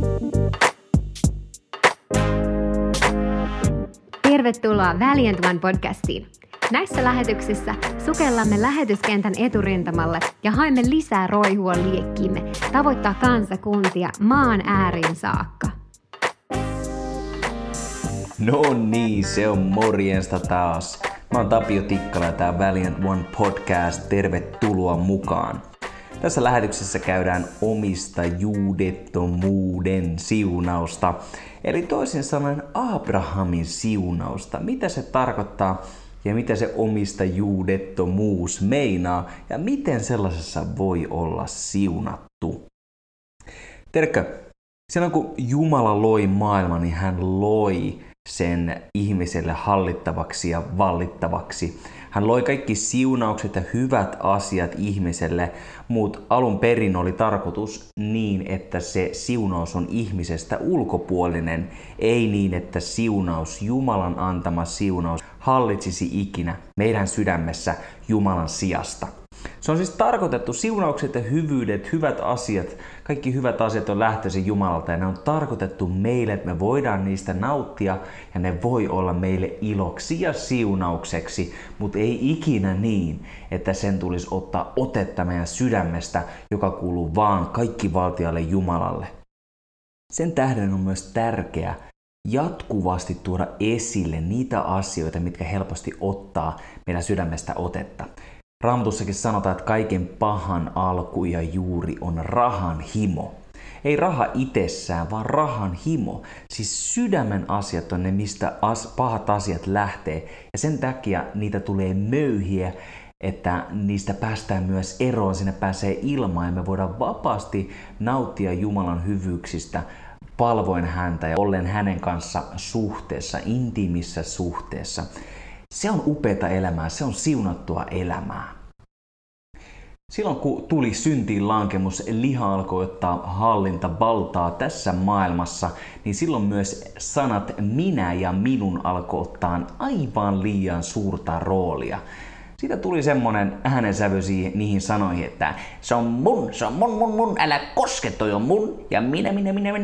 Tervetuloa Valiant One podcastiin. Näissä lähetyksissä sukellamme lähetyskentän eturintamalle ja haemme lisää roihua liekkiimme tavoittaa kansakuntia maan ääriin saakka. No niin, se on morjensta taas. Mä oon Tapio Tikkala ja tää on Valiant One podcast. Tervetuloa mukaan. Tässä lähetyksessä käydään omistajuudettomuuden siunausta, eli toisin sanoen Abrahamin siunausta. Mitä se tarkoittaa ja mitä se omistajuudettomuus meinaa ja miten sellaisessa voi olla siunattu. Tiedätkö, silloin kun Jumala loi maailman, niin hän loi sen ihmiselle hallittavaksi ja vallittavaksi. Hän loi kaikki siunaukset ja hyvät asiat ihmiselle, mutta alun perin oli tarkoitus niin, että se siunaus on ihmisestä ulkopuolinen, ei niin, että siunaus, Jumalan antama siunaus, hallitsisi ikinä meidän sydämessä Jumalan sijasta. Se on siis tarkoitettu, siunaukset ja hyvyydet, hyvät asiat, kaikki hyvät asiat on lähtöisin Jumalalta ja ne on tarkoitettu meille, että me voidaan niistä nauttia ja ne voi olla meille iloksi ja siunaukseksi, mutta ei ikinä niin, että sen tulisi ottaa otetta meidän sydämestä, joka kuuluu vaan kaikkivaltialle Jumalalle. Sen tähden on myös tärkeää jatkuvasti tuoda esille niitä asioita, mitkä helposti ottaa meidän sydämestä otetta. Raamatussakin sanotaan, että kaiken pahan alku ja juuri on rahan himo. Ei raha itsessään, vaan rahan himo. Siis sydämen asiat on ne, mistä pahat asiat lähtee. Ja sen takia niitä tulee möyhiä, että niistä päästään myös eroon, sinne pääsee ilmaan ja me voidaan vapaasti nauttia Jumalan hyvyyksistä, palvoen häntä ja ollen hänen kanssa suhteessa, intiimissä suhteessa. Se on upeata elämää, se on siunattua elämää. Silloin kun tuli syntiin lankemus, liha alkoi ottaa valtaa tässä maailmassa, niin silloin myös sanat minä ja minun alkoi ottaa aivan liian suurta roolia. Siitä tuli semmoinen äänensävy niihin sanoihin, että se on mun, älä koske, toi on mun, ja minä.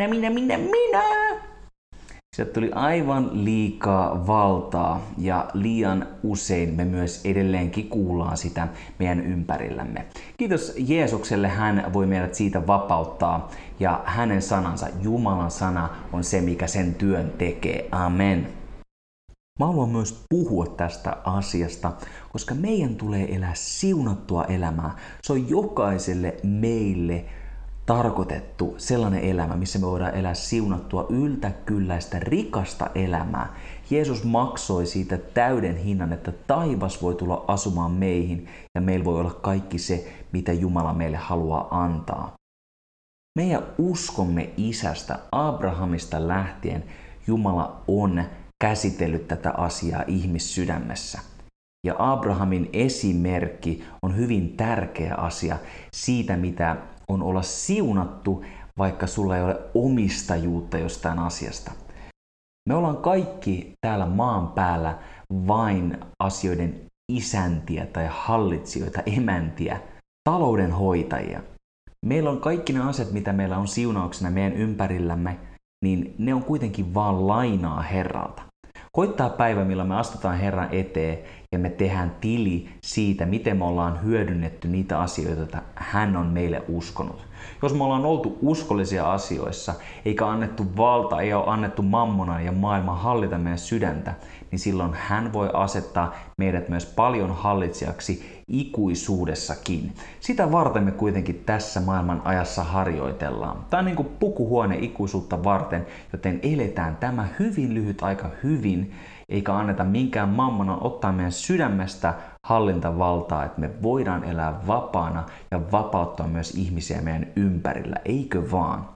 Sieltä tuli aivan liikaa valtaa ja liian usein me myös edelleenkin kuullaan sitä meidän ympärillämme. Kiitos Jeesukselle, hän voi meidät siitä vapauttaa ja hänen sanansa, Jumalan sana, on se, mikä sen työn tekee. Amen. Mä haluan myös puhua tästä asiasta, koska meidän tulee elää siunattua elämää. Se on jokaiselle meille tarkoitettu sellainen elämä, missä me voidaan elää siunattua yltäkylläistä, rikasta elämää. Jeesus maksoi siitä täyden hinnan, että taivas voi tulla asumaan meihin ja meillä voi olla kaikki se, mitä Jumala meille haluaa antaa. Meidän uskomme isästä Abrahamista lähtien Jumala on käsitellyt tätä asiaa ihmissydämessä. Ja Abrahamin esimerkki on hyvin tärkeä asia siitä, mitä on olla siunattu, vaikka sulla ei ole omistajuutta jostain asiasta. Me ollaan kaikki täällä maan päällä vain asioiden isäntiä tai hallitsijoita, emäntiä, taloudenhoitajia. Meillä on kaikki ne asiat, mitä meillä on siunauksena meidän ympärillämme, niin ne on kuitenkin vaan lainaa Herralta. Koittaa päivä, milloin me astutaan Herran eteen ja me tehdään tili siitä, miten me ollaan hyödynnetty niitä asioita, joita hän on meille uskonut. Jos me ollaan oltu uskollisia asioissa, eikä annettu valta, ei ole annettu mammonan ja maailman hallita meidän sydäntä, niin silloin hän voi asettaa meidät myös paljon hallitsijaksi ikuisuudessakin. Sitä varten me kuitenkin tässä maailman ajassa harjoitellaan. Tämä on niin kuin pukuhuone ikuisuutta varten, joten eletään tämä hyvin lyhyt aika hyvin, eikä anneta minkään mammonan ottaa meidän sydämestä hallintavaltaa, että me voidaan elää vapaana ja vapauttaa myös ihmisiä meidän ympärillä, eikö vaan?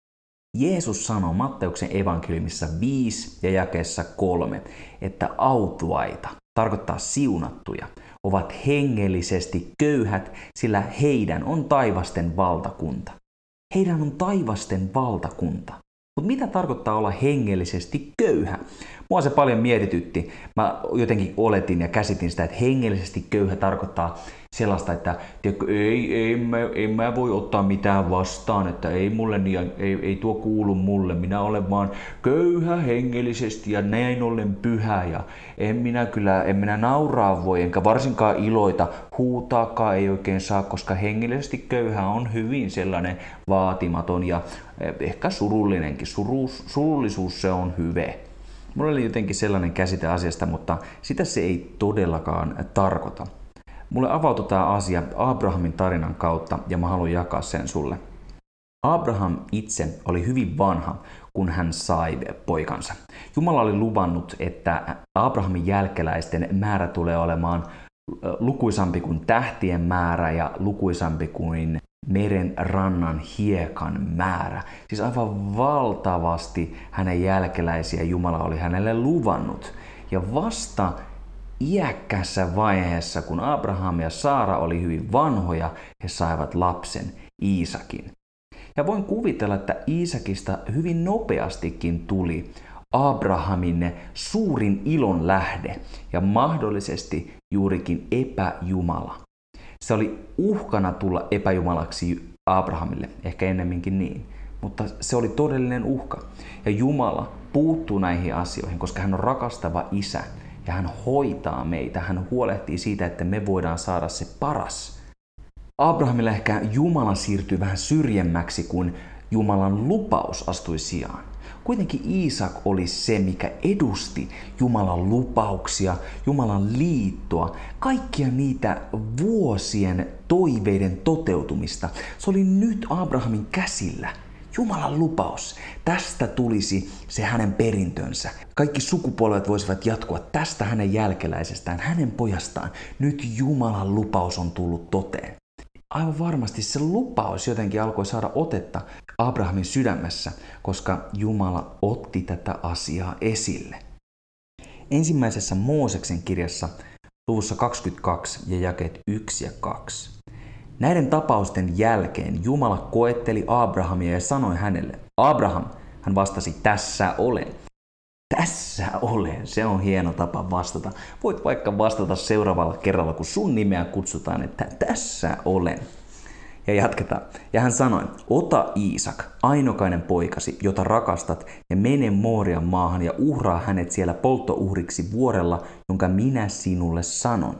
Jeesus sanoo Matteuksen evankeliumissa 5 ja jakeessa 3, että autuaita, tarkoittaa siunattuja, ovat hengellisesti köyhät, sillä heidän on taivasten valtakunta. Heidän on taivasten valtakunta. Mutta mitä tarkoittaa olla hengellisesti köyhä? Mua se paljon mietitytti. Mä jotenkin oletin ja käsitin sitä, että hengellisesti köyhä tarkoittaa sellaista, että tiedätkö, ei mä voi ottaa mitään vastaan, että ei tuo kuulu mulle, minä olen vaan köyhä hengellisesti ja näin ollen pyhä ja en minä nauraa voi, enkä varsinkaan iloita, huutaakaan ei oikein saa, koska hengellisesti köyhä on hyvin sellainen vaatimaton ja ehkä surullinenkin. Surullisuus se on hyve. Mulla oli jotenkin sellainen käsite asiasta, mutta sitä se ei todellakaan tarkoita. Mulle avautui tämä asia Abrahamin tarinan kautta ja mä haluan jakaa sen sulle. Abraham itse oli hyvin vanha, kun hän sai poikansa. Jumala oli luvannut, että Abrahamin jälkeläisten määrä tulee olemaan lukuisampi kuin tähtien määrä ja lukuisampi kuin meren rannan hiekan määrä. Siis aivan valtavasti hänen jälkeläisiä Jumala oli hänelle luvannut. Ja vasta iäkkässä vaiheessa, kun Abraham ja Saara oli hyvin vanhoja, he saivat lapsen Iisakin. Ja voin kuvitella, että Iisakista hyvin nopeastikin tuli Abrahamin suurin ilon lähde ja mahdollisesti juurikin epäjumala. Se oli uhkana tulla epäjumalaksi Abrahamille, ehkä ennemminkin niin, mutta se oli todellinen uhka. Ja Jumala puuttuu näihin asioihin, koska hän on rakastava isä ja hän hoitaa meitä, hän huolehtii siitä, että me voidaan saada se paras. Abrahamille ehkä Jumala siirtyi vähän syrjemmäksi, kun Jumalan lupaus astui sijaan. Kuitenkin Iisak oli se, mikä edusti Jumalan lupauksia, Jumalan liittoa, kaikkia niitä vuosien toiveiden toteutumista. Se oli nyt Abrahamin käsillä. Jumalan lupaus. Tästä tulisi se hänen perintönsä. Kaikki sukupolvet voisivat jatkua tästä hänen jälkeläisestään, hänen pojastaan. Nyt Jumalan lupaus on tullut toteen. Aivan varmasti se lupaus jotenkin alkoi saada otetta Abrahamin sydämessä, koska Jumala otti tätä asiaa esille. Ensimmäisessä Mooseksen kirjassa luvussa 22 ja jakeet 1 ja 2. Näiden tapausten jälkeen Jumala koetteli Abrahamia ja sanoi hänelle, Abraham, hän vastasi, tässä olen. Tässä olen, se on hieno tapa vastata. Voit vaikka vastata seuraavalla kerralla, kun sun nimeä kutsutaan, että tässä olen. Ja jatketaan. Ja hän sanoi, ota Iisak, ainokainen poikasi, jota rakastat, ja mene Moorian maahan ja uhraa hänet siellä polttouhriksi vuorella, jonka minä sinulle sanon.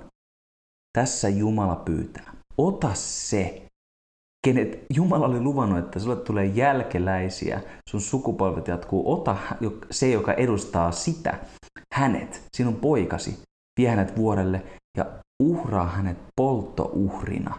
Tässä Jumala pyytää. Ota se, kenet Jumala oli luvannut, että sulle tulee jälkeläisiä, sun sukupolvet jatkuu. Ota se, joka edustaa sitä, hänet, sinun poikasi, vie hänet vuorelle ja uhraa hänet polttouhrina.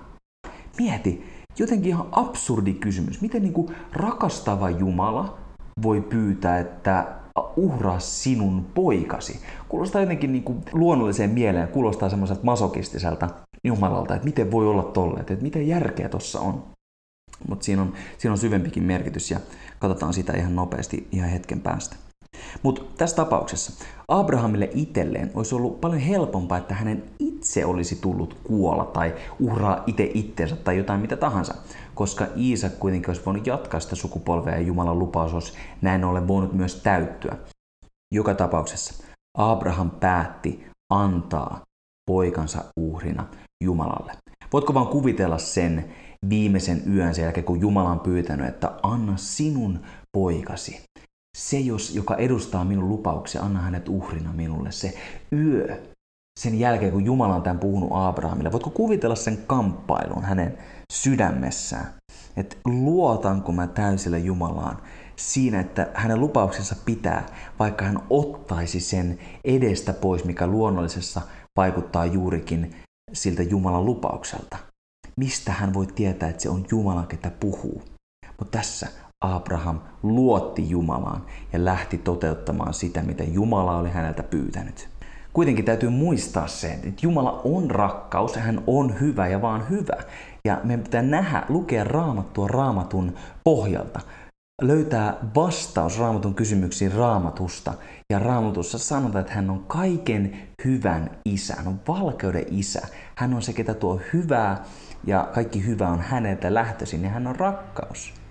Mieti, jotenkin ihan absurdi kysymys. Miten rakastava Jumala voi pyytää, että uhraa sinun poikasi? Kuulostaa jotenkin luonnolliseen mieleen, kuulostaa semmoiselta masokistiselta Jumalalta, että miten voi olla tolleen, että mitä järkeä tossa on. Mutta siinä on syvempikin merkitys ja katsotaan sitä ihan nopeasti ihan hetken päästä. Mutta tässä tapauksessa Abrahamille itselleen olisi ollut paljon helpompaa, että hänen itse olisi tullut kuolla tai uhraa itse itteensä tai jotain mitä tahansa, koska Iisak kuitenkin olisi voinut jatkaa sitä sukupolvea ja Jumalan lupaus olisi näin ollen voinut myös täyttyä. Joka tapauksessa Abraham päätti antaa poikansa uhrina Jumalalle. Voitko vaan kuvitella sen viimeisen yön sen jälkeen, kun Jumala on pyytänyt, että anna sinun poikasi. Se, joka edustaa minun lupauksia, anna hänet uhrina minulle. Se yö, sen jälkeen, kun Jumala on tämän puhunut Abrahamille. Voitko kuvitella sen kamppailun hänen sydämessään? Että luotanko mä täysillä Jumalaan siinä, että hänen lupauksensa pitää, vaikka hän ottaisi sen edestä pois, mikä luonnollisessa vaikuttaa juurikin siltä Jumalan lupaukselta. Mistä hän voi tietää, että se on Jumala, ketä puhuu? Mutta tässä Abraham luotti Jumalaan ja lähti toteuttamaan sitä, mitä Jumala oli häneltä pyytänyt. Kuitenkin täytyy muistaa se, että Jumala on rakkaus, hän on hyvä ja vaan hyvä. Ja meidän pitää lukea Raamattua Raamatun pohjalta. Löytää vastaus Raamatun kysymyksiin Raamatusta. Ja Raamatussa sanotaan, että hän on kaiken hyvän isä. Hän on valkeuden isä. Hän on se, ketä tuo hyvää ja kaikki hyvä on häneltä lähtöisin ja hän on rakkaus.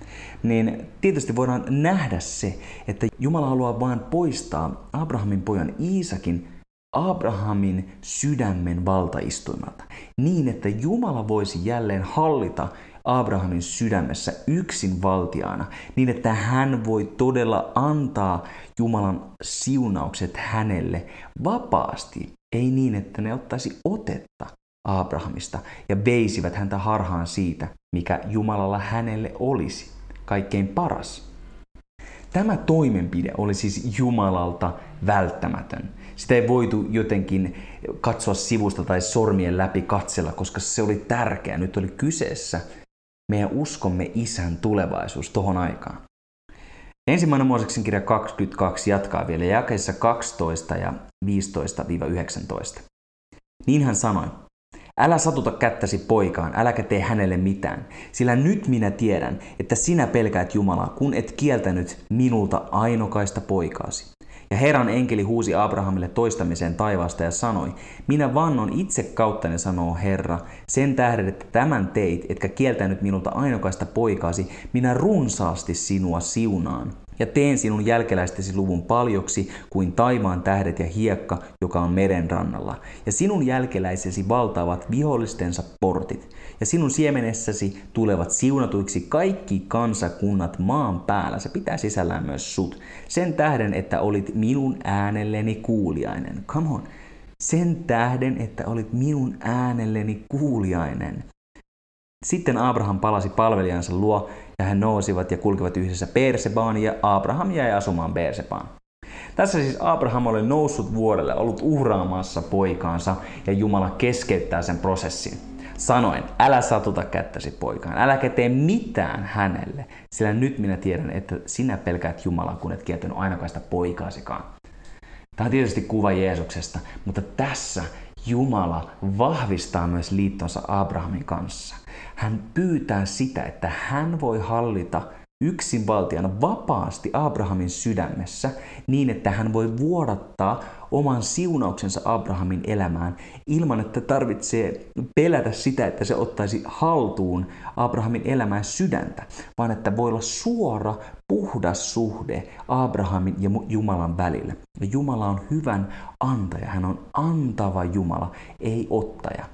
niin tietysti voidaan nähdä se, että Jumala haluaa vain poistaa Abrahamin pojan Iisakin Abrahamin sydämen valtaistuimelta, niin että Jumala voisi jälleen hallita Abrahamin sydämessä yksinvaltiaana, niin että hän voi todella antaa Jumalan siunaukset hänelle vapaasti, ei niin, että ne ottaisi otetta Abrahamista ja veisivät häntä harhaan siitä, mikä Jumalalla hänelle olisi kaikkein paras. Tämä toimenpide oli siis Jumalalta välttämätön. Sitä ei voitu jotenkin katsoa sivusta tai sormien läpi katsella, koska se oli tärkeä. Nyt oli kyseessä meidän uskomme Isän tulevaisuus tohon aikaan. Ensimmäinen Mooseksen kirja 22 jatkaa vielä jakeissa 12 ja 15-19. Niin hän sanoi, älä satuta kättäsi poikaan, äläkä tee hänelle mitään, sillä nyt minä tiedän, että sinä pelkäät Jumalaa, kun et kieltänyt minulta ainokaista poikaasi. Ja Herran enkeli huusi Abrahamille toistamiseen taivaasta ja sanoi, minä vannon itse kauttani, sanoo Herra, sen tähden, että tämän teit, etkä kieltänyt minulta ainokaista poikaasi, minä runsaasti sinua siunaan. Ja teen sinun jälkeläistesi luvun paljoksi kuin taivaan tähdet ja hiekka, joka on meren rannalla. Ja sinun jälkeläisesi valtaavat vihollistensa portit. Ja sinun siemenessäsi tulevat siunatuiksi kaikki kansakunnat maan päällä. Se pitää sisällään myös sut. Sen tähden, että olit minun äänelleni kuuliainen. Come on. Sen tähden, että olit minun äänelleni kuuliainen. Sitten Abraham palasi palvelijansa luo, ja he nousivat ja kulkivat yhdessä Beersebaan, ja Abraham jäi asumaan Beersebaan. Tässä siis Abraham oli noussut vuorelle, ollut uhraamassa poikaansa, ja Jumala keskeyttää sen prosessin. Sanoen, älä satuta kättäsi poikaan, äläkä tee mitään hänelle, sillä nyt minä tiedän, että sinä pelkäät Jumalaa, kun et kieltänyt ainokaista poikaasikaan. Tämä on tietysti kuva Jeesuksesta, mutta tässä Jumala vahvistaa myös liittonsa Abrahamin kanssa. Hän pyytää sitä, että hän voi hallita yksinvaltiana vapaasti Abrahamin sydämessä niin, että hän voi vuodattaa oman siunauksensa Abrahamin elämään ilman, että tarvitsee pelätä sitä, että se ottaisi haltuun Abrahamin elämää sydäntä, vaan että voi olla suora, puhdas suhde Abrahamin ja Jumalan välillä. Ja Jumala on hyvän antaja, hän on antava Jumala, ei ottaja.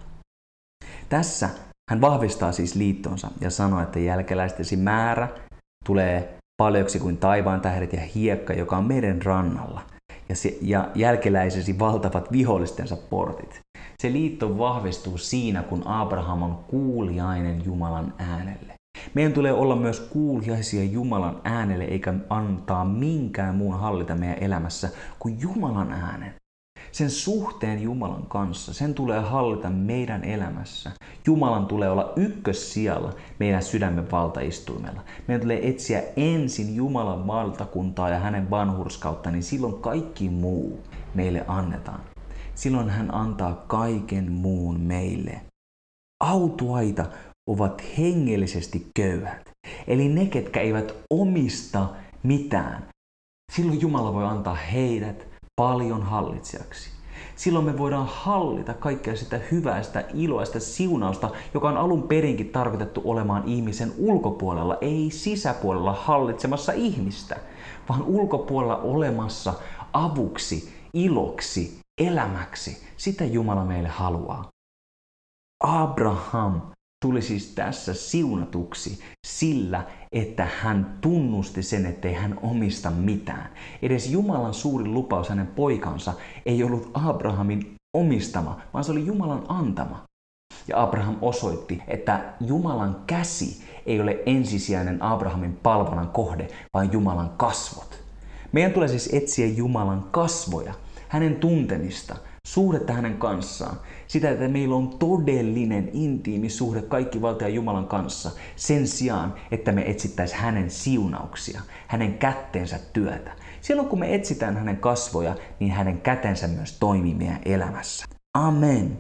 Tässä hän vahvistaa siis liittonsa ja sanoo, että jälkeläistesi määrä tulee paljoksi kuin taivaan tähdet ja hiekka, joka on meren rannalla. Ja jälkeläisesi valtavat vihollistensa portit. Se liitto vahvistuu siinä, kun Abraham on kuuliainen Jumalan äänelle. Meidän tulee olla myös kuuliaisia Jumalan äänelle, eikä antaa minkään muun hallita meidän elämässä kuin Jumalan äänen. Sen suhteen Jumalan kanssa, sen tulee hallita meidän elämässä. Jumalan tulee olla ykkössijalla meidän sydämen valtaistuimella. Meidän tulee etsiä ensin Jumalan valtakuntaa ja hänen vanhurskautta, niin silloin kaikki muu meille annetaan. Silloin hän antaa kaiken muun meille. Autuaita ovat hengellisesti köyhät, eli ne, ketkä eivät omista mitään. Silloin Jumala voi antaa heidät paljon hallitsijaksi. Silloin me voidaan hallita kaikkea sitä hyvää, sitä iloa, sitä siunausta, joka on alun perinkin tarkoitettu olemaan ihmisen ulkopuolella, ei sisäpuolella hallitsemassa ihmistä, vaan ulkopuolella olemassa avuksi, iloksi, elämäksi. Sitä Jumala meille haluaa. Abraham tuli siis tässä siunatuksi sillä, että hän tunnusti sen, ettei hän omista mitään. Edes Jumalan suuri lupaus hänen poikansa ei ollut Abrahamin omistama, vaan se oli Jumalan antama. Ja Abraham osoitti, että Jumalan käsi ei ole ensisijainen Abrahamin palvonnan kohde, vaan Jumalan kasvot. Meidän tulee siis etsiä Jumalan kasvoja, hänen tuntemista, suhdetta hänen kanssaan, sitä, että meillä on todellinen intiimi suhde kaikkivaltiaan Jumalan kanssa, sen sijaan, että me etsittäisiin hänen siunauksia, hänen kättensä työtä. Silloin kun me etsitään hänen kasvoja, niin hänen kätensä myös toimii meidän elämässä. Amen.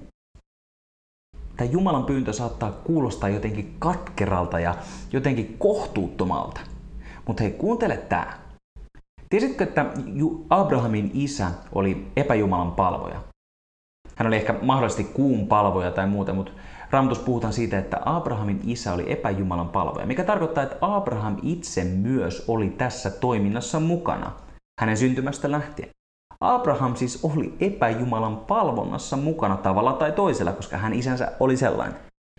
Tämä Jumalan pyyntö saattaa kuulostaa jotenkin katkeralta ja jotenkin kohtuuttomalta. Mutta hei, kuuntele tää. Tiesitkö, että Abrahamin isä oli epäjumalan palvoja? Hän oli ehkä mahdollisesti kuun palvoja tai muuta, mutta Raamatussa puhutaan siitä, että Abrahamin isä oli epäjumalan palvoja, mikä tarkoittaa, että Abraham itse myös oli tässä toiminnassa mukana hänen syntymästä lähtien. Abraham siis oli epäjumalan palvonnassa mukana tavalla tai toisella, koska hän isänsä oli sellainen.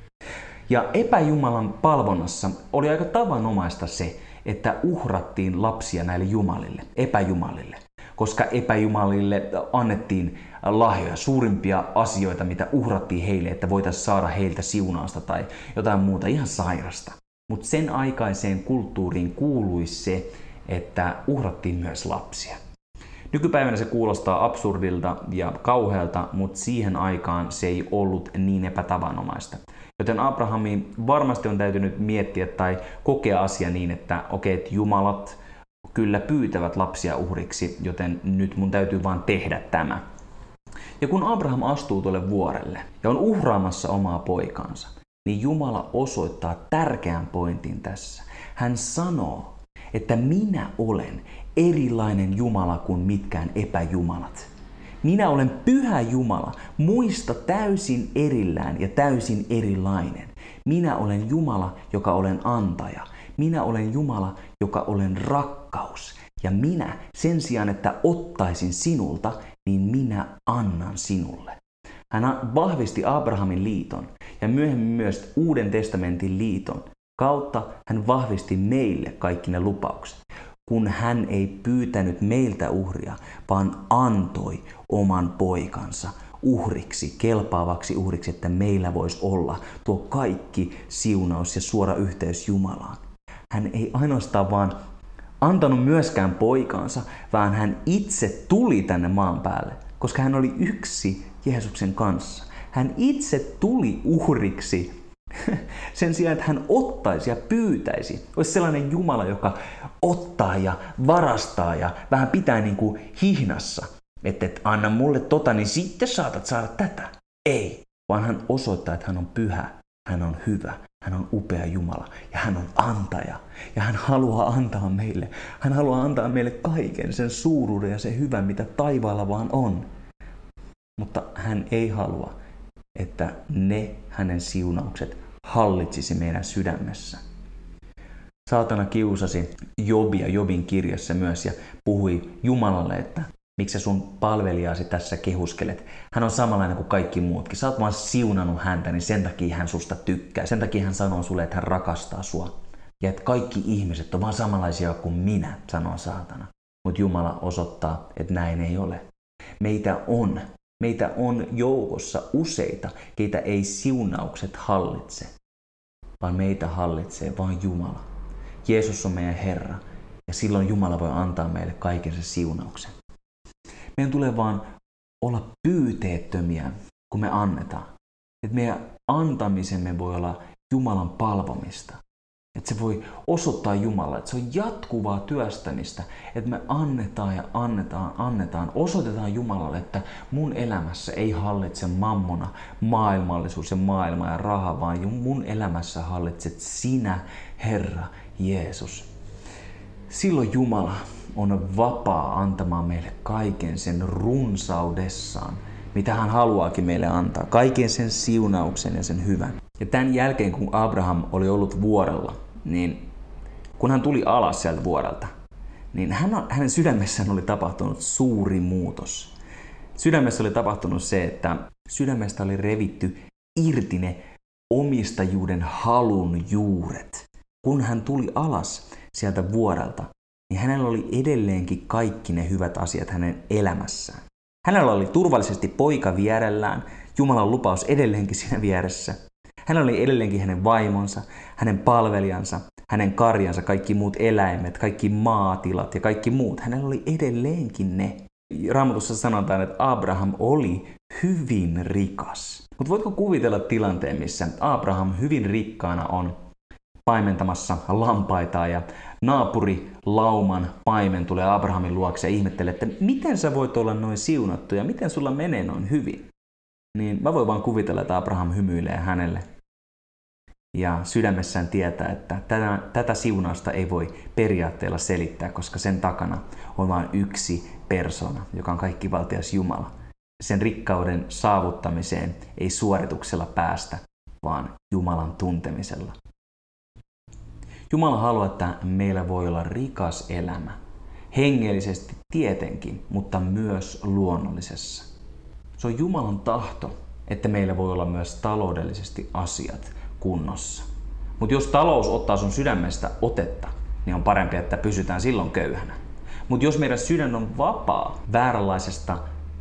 Ja epäjumalan palvonnassa oli aika tavanomaista se, että uhrattiin lapsia näille jumalille, epäjumalille, koska epäjumalille annettiin lahjoja, suurimpia asioita, mitä uhrattiin heille, että voitaisiin saada heiltä siunausta tai jotain muuta ihan sairasta. Mutta sen aikaiseen kulttuuriin kuului se, että uhrattiin myös lapsia. Nykypäivänä se kuulostaa absurdilta ja kauhealta, mutta siihen aikaan se ei ollut niin epätavanomaista. Joten Abrahamin varmasti on täytynyt miettiä tai kokea asia niin, että että jumalat kyllä pyytävät lapsia uhriksi, joten nyt mun täytyy vaan tehdä tämä. Ja kun Abraham astuu tuolle vuorelle ja on uhraamassa omaa poikaansa, niin Jumala osoittaa tärkeän pointin tässä. Hän sanoo, että minä olen erilainen Jumala kuin mitkään epäjumalat. Minä olen pyhä Jumala, muista täysin erillään ja täysin erilainen. Minä olen Jumala, joka olen antaja. Minä olen Jumala, joka olen rakkaus. Ja minä, sen sijaan, että ottaisin sinulta, niin minä annan sinulle. Hän vahvisti Abrahamin liiton ja myöhemmin myös Uuden testamentin liiton kautta hän vahvisti meille kaikki ne lupaukset. Kun hän ei pyytänyt meiltä uhria, vaan antoi oman poikansa uhriksi, kelpaavaksi uhriksi, että meillä voisi olla tuo kaikki siunaus ja suora yhteys Jumalaan. Hän ei ainoastaan vaan antanut myöskään poikansa, vaan hän itse tuli tänne maan päälle, koska hän oli yksi Jeesuksen kanssa. Hän itse tuli uhriksi sen sijaan, että hän ottaisi ja pyytäisi. Olisi sellainen Jumala, joka ottaa ja varastaa ja vähän pitää niin kuin hihnassa. Että anna mulle niin sitten saatat saada tätä. Ei, vaan hän osoittaa, että hän on pyhä, hän on hyvä, hän on upea Jumala ja hän on antaja. Ja hän haluaa antaa meille. Hän haluaa antaa meille kaiken sen suuruuden ja sen hyvän, mitä taivaalla vaan on. Mutta hän ei halua, että ne hänen siunaukset hallitsisi meidän sydämessä. Saatana kiusasi Jobia Jobin kirjassa myös ja puhui Jumalalle, että miksi sä sun palvelijasi tässä kehuskelet. Hän on samanlainen kuin kaikki muutkin. Sä oot vaan siunannut häntä, niin sen takia hän susta tykkää. Sen takia hän sanoo sulle, että hän rakastaa sua. Ja että kaikki ihmiset on vaan samanlaisia kuin minä, sanoo saatana. Mutta Jumala osoittaa, että näin ei ole. Meitä on joukossa useita, keitä ei siunaukset hallitse, vaan meitä hallitsee vain Jumala. Jeesus on meidän Herra, ja silloin Jumala voi antaa meille kaiken sen siunauksen. Meidän tulee vaan olla pyyteettömiä, kun me annetaan. Että meidän antamisemme voi olla Jumalan palvomista. Että se voi osoittaa Jumalalle, että se on jatkuvaa työstämistä, että me annetaan, osoitetaan Jumalalle, että mun elämässä ei hallitse mammona, maailmallisuus ja maailma ja raha, vaan mun elämässä hallitset sinä, Herra Jeesus. Silloin Jumala on vapaa antamaan meille kaiken sen runsaudessaan, mitä hän haluaakin meille antaa, kaiken sen siunauksen ja sen hyvän. Ja tämän jälkeen, kun Abraham oli ollut vuorella, niin kun hän tuli alas sieltä vuorelta, niin hänen sydämessään oli tapahtunut suuri muutos. Sydämessä oli tapahtunut se, että sydämestä oli revitty irti ne omistajuuden halun juuret. Kun hän tuli alas sieltä vuorelta, niin hänellä oli edelleenkin kaikki ne hyvät asiat hänen elämässään. Hänellä oli turvallisesti poika vierellään, Jumalan lupaus edelleenkin siinä vieressä. Hänellä oli edelleenkin hänen vaimonsa, hänen palvelijansa, hänen karjansa, kaikki muut eläimet, kaikki maatilat ja kaikki muut. Hänellä oli edelleenkin ne. Raamatussa sanotaan, että Abraham oli hyvin rikas. Mutta voitko kuvitella tilanteen, missä Abraham hyvin rikkaana on paimentamassa lampaitaan ja naapurilauman paimen tulee Abrahamin luokse ja ihmettelee, että miten sä voit olla noin siunattu ja miten sulla menee noin hyvin. Niin mä voin vaan kuvitella, että Abraham hymyilee hänelle ja sydämessään tietää, että tätä siunausta ei voi periaatteella selittää, koska sen takana on vain yksi persona, joka on kaikkivaltias Jumala. Sen rikkauden saavuttamiseen ei suorituksella päästä, vaan Jumalan tuntemisella. Jumala haluaa, että meillä voi olla rikas elämä. Hengellisesti tietenkin, mutta myös luonnollisessa. Se on Jumalan tahto, että meillä voi olla myös taloudellisesti asiat kunnossa. Mutta jos talous ottaa sun sydämestä otetta, niin on parempi, että pysytään silloin köyhänä. Mutta jos meidän sydän on vapaa vääränlaisesta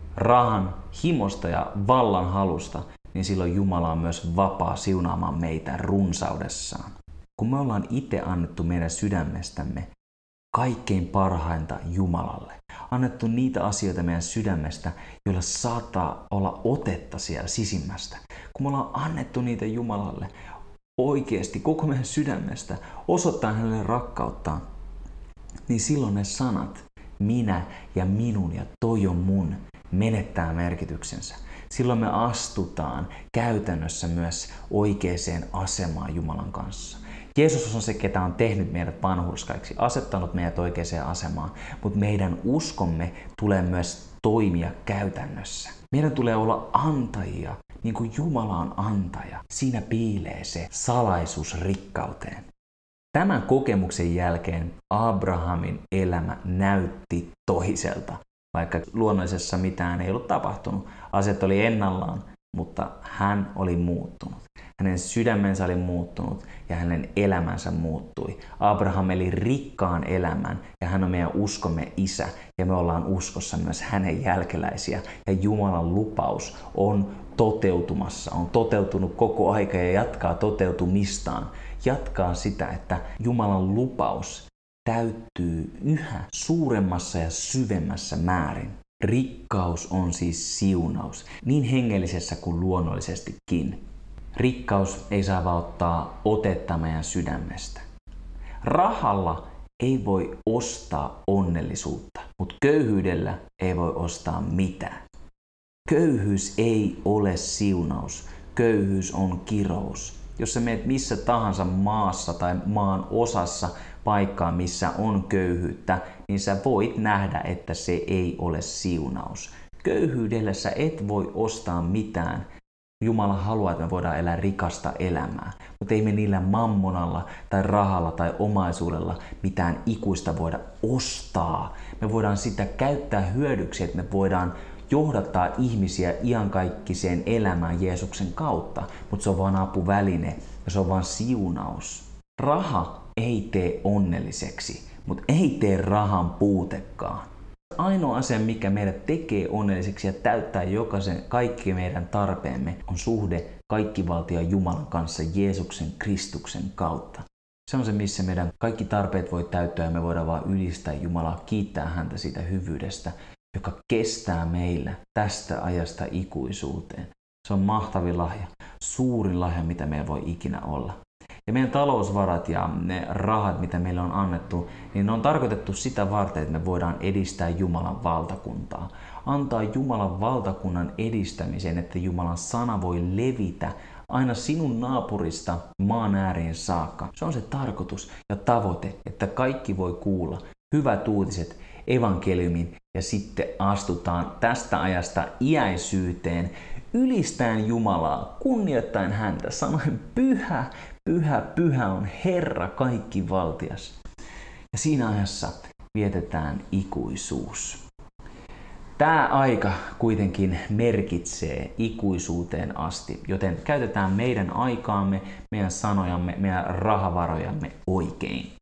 rahan himosta ja vallan halusta, niin silloin Jumala on myös vapaa siunaamaan meitä runsaudessaan. Kun me ollaan itse annettu meidän sydämestämme kaikkein parhainta Jumalalle, annettu niitä asioita meidän sydämestä, joilla saattaa olla otetta siellä sisimmästä. Kun me ollaan annettu niitä Jumalalle oikeasti koko meidän sydämestä, osoittaa hänelle rakkauttaan, niin silloin ne sanat, minä ja minun ja toi on mun, menettää merkityksensä. Silloin me astutaan käytännössä myös oikeaan asemaan Jumalan kanssa. Jeesus on se, ketä on tehnyt meidät vanhurskaiksi, asettanut meidät oikeaan asemaan, mutta meidän uskomme tulee myös toimia käytännössä. Meidän tulee olla antajia, niin kuin Jumala on antaja. Siinä piilee se salaisuus rikkauteen. Tämän kokemuksen jälkeen Abrahamin elämä näytti toiselta, vaikka luonnollisessa mitään ei ollut tapahtunut. Asiat oli ennallaan, mutta hän oli muuttunut. Hänen sydämensä oli muuttunut ja hänen elämänsä muuttui. Abraham eli rikkaan elämän ja hän on meidän uskomme isä ja me ollaan uskossa myös hänen jälkeläisiä. Ja Jumalan lupaus on toteutumassa, on toteutunut koko aika ja jatkaa toteutumistaan. Jatkaa sitä, että Jumalan lupaus täyttyy yhä suuremmassa ja syvemmässä määrin. Rikkaus on siis siunaus, niin hengellisessä kuin luonnollisestikin. Rikkaus ei saa vaan ottaa otetta meidän sydämestä. Rahalla ei voi ostaa onnellisuutta, mutta köyhyydellä ei voi ostaa mitään. Köyhyys ei ole siunaus, köyhyys on kirous. Jos sä menet missä tahansa maassa tai maan osassa paikkaa, missä on köyhyyttä, niin sä voit nähdä, että se ei ole siunaus. Köyhyydellä sä et voi ostaa mitään. Jumala haluaa, että me voidaan elää rikasta elämää, mutta ei me niillä mammonalla tai rahalla tai omaisuudella mitään ikuista voida ostaa. Me voidaan sitä käyttää hyödyksi, että me voidaan johdattaa ihmisiä iankaikkiseen elämään Jeesuksen kautta, mutta se on vain apuväline ja se on vain siunaus. Raha ei tee onnelliseksi, mutta ei tee rahan puutekaan. Ainoa asia, mikä meidät tekee onnelliseksi ja täyttää jokaisen kaikki meidän tarpeemme, on suhde kaikkivaltiaan Jumalan kanssa Jeesuksen Kristuksen kautta. Se on se, missä meidän kaikki tarpeet voi täyttää ja me voidaan vaan ylistää Jumalaa, kiittää häntä siitä hyvyydestä, joka kestää meillä tästä ajasta ikuisuuteen. Se on mahtavin lahja, suurin lahja, mitä meillä voi ikinä olla. Ja meidän talousvarat ja ne rahat, mitä meille on annettu, niin ne on tarkoitettu sitä varten, että me voidaan edistää Jumalan valtakuntaa. Antaa Jumalan valtakunnan edistämiseen, että Jumalan sana voi levitä aina sinun naapurista maan ääriin saakka. Se on se tarkoitus ja tavoite, että kaikki voi kuulla hyvät uutiset evankeliumin ja sitten astutaan tästä ajasta iäisyyteen ylistäen Jumalaa, kunnioittaen häntä, sanoen pyhä, pyhä, pyhä on Herra kaikkivaltias. Ja siinä ajassa vietetään ikuisuus. Tämä aika kuitenkin merkitsee ikuisuuteen asti, joten käytetään meidän aikaamme, meidän sanojamme, meidän rahavarojamme oikein.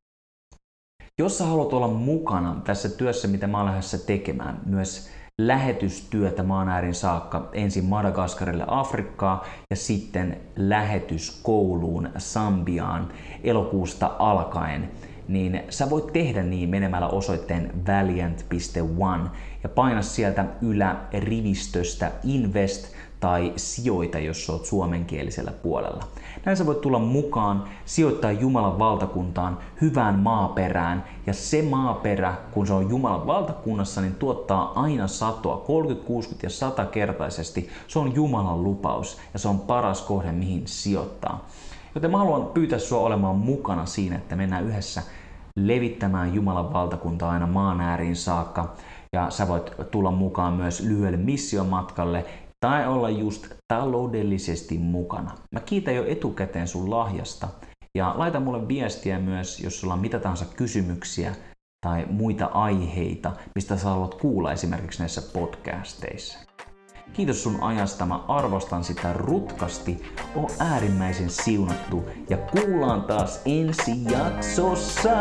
Jos sä haluat olla mukana tässä työssä, mitä mä olen lähdössä tekemään, myös lähetystyötä maan äärin saakka, ensin Madagaskarille Afrikkaa ja sitten lähetyskouluun Sambiaan elokuusta alkaen, niin sä voit tehdä niin menemällä osoitteen valiant.one ja paina sieltä ylärivistöstä invest tai sijoita, jos olet suomenkielisellä puolella. Näin sä voit tulla mukaan, sijoittaa Jumalan valtakuntaan, hyvään maaperään, ja se maaperä, kun se on Jumalan valtakunnassa, niin tuottaa aina satoa, 30, 60 ja 100-kertaisesti. Se on Jumalan lupaus, ja se on paras kohde, mihin sijoittaa. Joten mä haluan pyytää sua olemaan mukana siinä, että mennään yhdessä levittämään Jumalan valtakuntaa aina maan ääriin saakka, ja sä voit tulla mukaan myös lyhyelle missiomatkalle tai olla just taloudellisesti mukana. Mä kiitän jo etukäteen sun lahjasta ja laita mulle viestiä myös, jos sulla on mitä tahansa kysymyksiä tai muita aiheita, mistä sä haluat kuulla esimerkiksi näissä podcasteissa. Kiitos sun ajasta, mä arvostan sitä rutkasti, oo äärimmäisen siunattu ja kuullaan taas ensi jaksossa!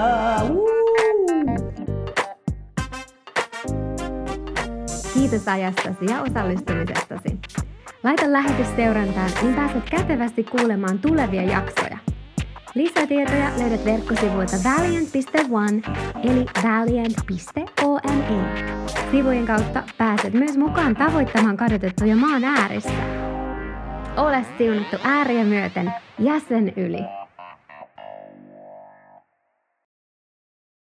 Kiitos ajastasi ja osallistumisestasi. Laita lähetys seurantaan, niin pääset kätevästi kuulemaan tulevia jaksoja. Lisätietoja löydät verkkosivuilta valiant.one eli valiant.one. Sivujen kautta pääset myös mukaan tavoittamaan kadotettuja maan äärissä. Ole siunattu ääriä myöten ja sen yli.